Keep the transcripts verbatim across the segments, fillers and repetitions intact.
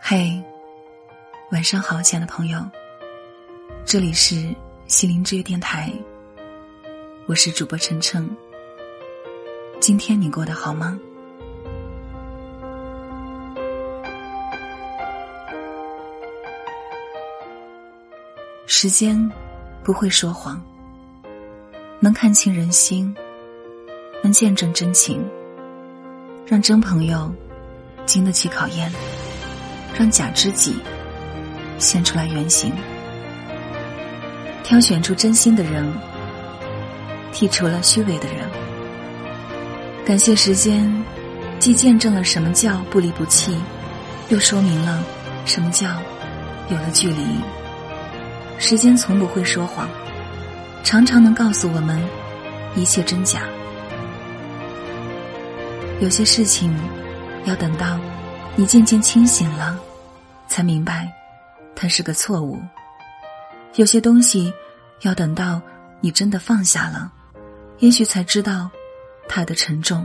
嘿，晚上好，亲爱的朋友，这里是心灵之约电台，我是主播晨晨。今天你过得好吗？时间不会说谎，能看清人心，能见证真情，让真朋友经得起考验，让假知己现出来原形，挑选出真心的人，剔除了虚伪的人。感谢时间，既见证了什么叫不离不弃，又说明了什么叫有了距离。时间从不会说谎，常常能告诉我们一切真假。有些事情要等到你渐渐清醒了，才明白它是个错误。有些东西要等到你真的放下了，也许才知道它的沉重。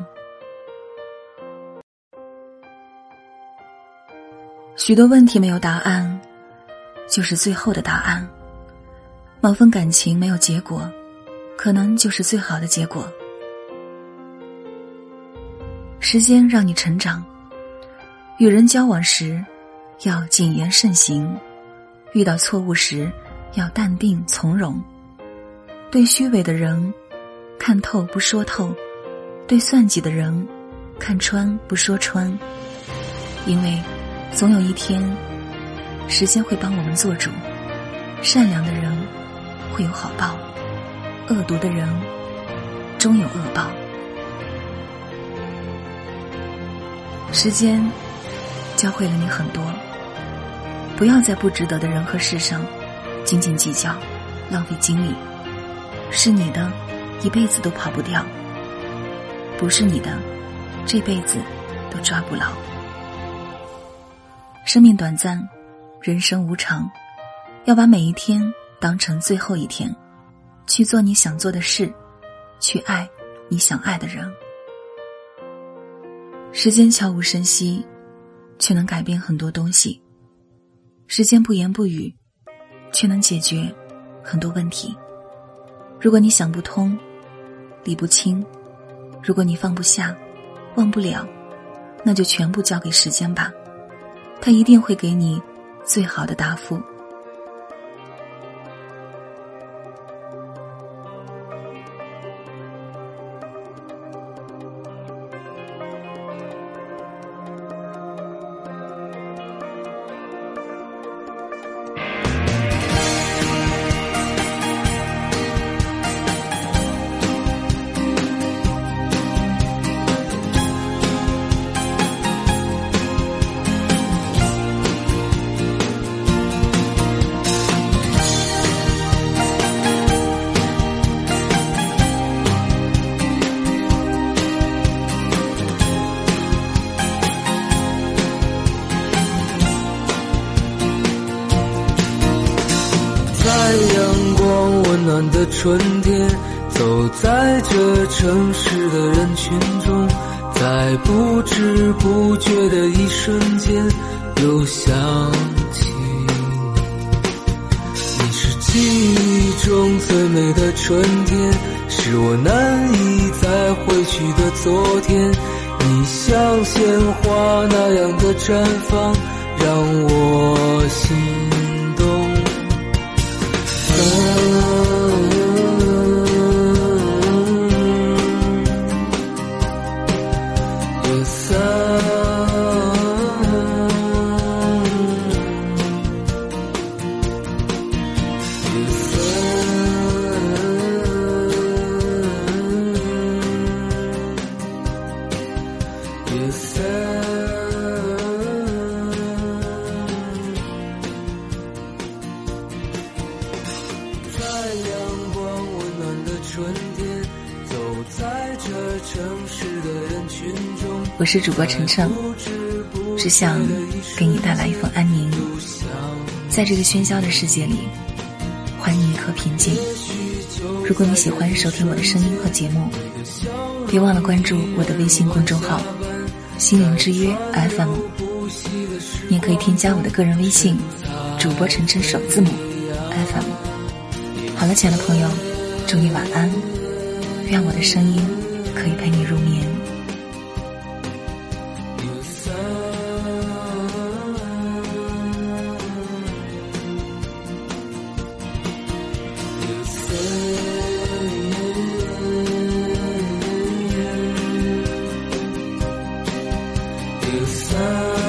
许多问题没有答案，就是最后的答案。某份感情没有结果，可能就是最好的结果。时间让你成长，与人交往时要谨言慎行，遇到错误时要淡定从容。对虚伪的人看透不说透，对算计的人看穿不说穿。因为总有一天，时间会帮我们做主，善良的人会有好报，恶毒的人终有恶报。时间教会了你很多，不要在不值得的人和事上斤斤计较，浪费精力。是你的，一辈子都跑不掉；不是你的，这辈子都抓不牢。生命短暂，人生无常，要把每一天当成最后一天，去做你想做的事，去爱你想爱的人。时间悄无声息，却能改变很多东西。时间不言不语，却能解决很多问题。如果你想不通，理不清，如果你放不下，忘不了，那就全部交给时间吧，它一定会给你最好的答复。 在阳光温暖的春天，走在这城市的人群中，在不知不觉的一瞬间，又想起你。你是记忆中最美的春天，是我难以再回去的昨天。你像鲜花那样的绽放，让我心动。 我是主播晨晨，只想给你带来一份安宁。在这个喧嚣的世界里，还你一颗平静。如果你喜欢收听我的声音和节目，别忘了关注我的微信公众号心灵之约 F M， 你也可以添加我的个人微信，主播晨晨首字母 F M。 好了，亲爱的朋友，祝你晚安，愿我的声音可以陪你入眠。 You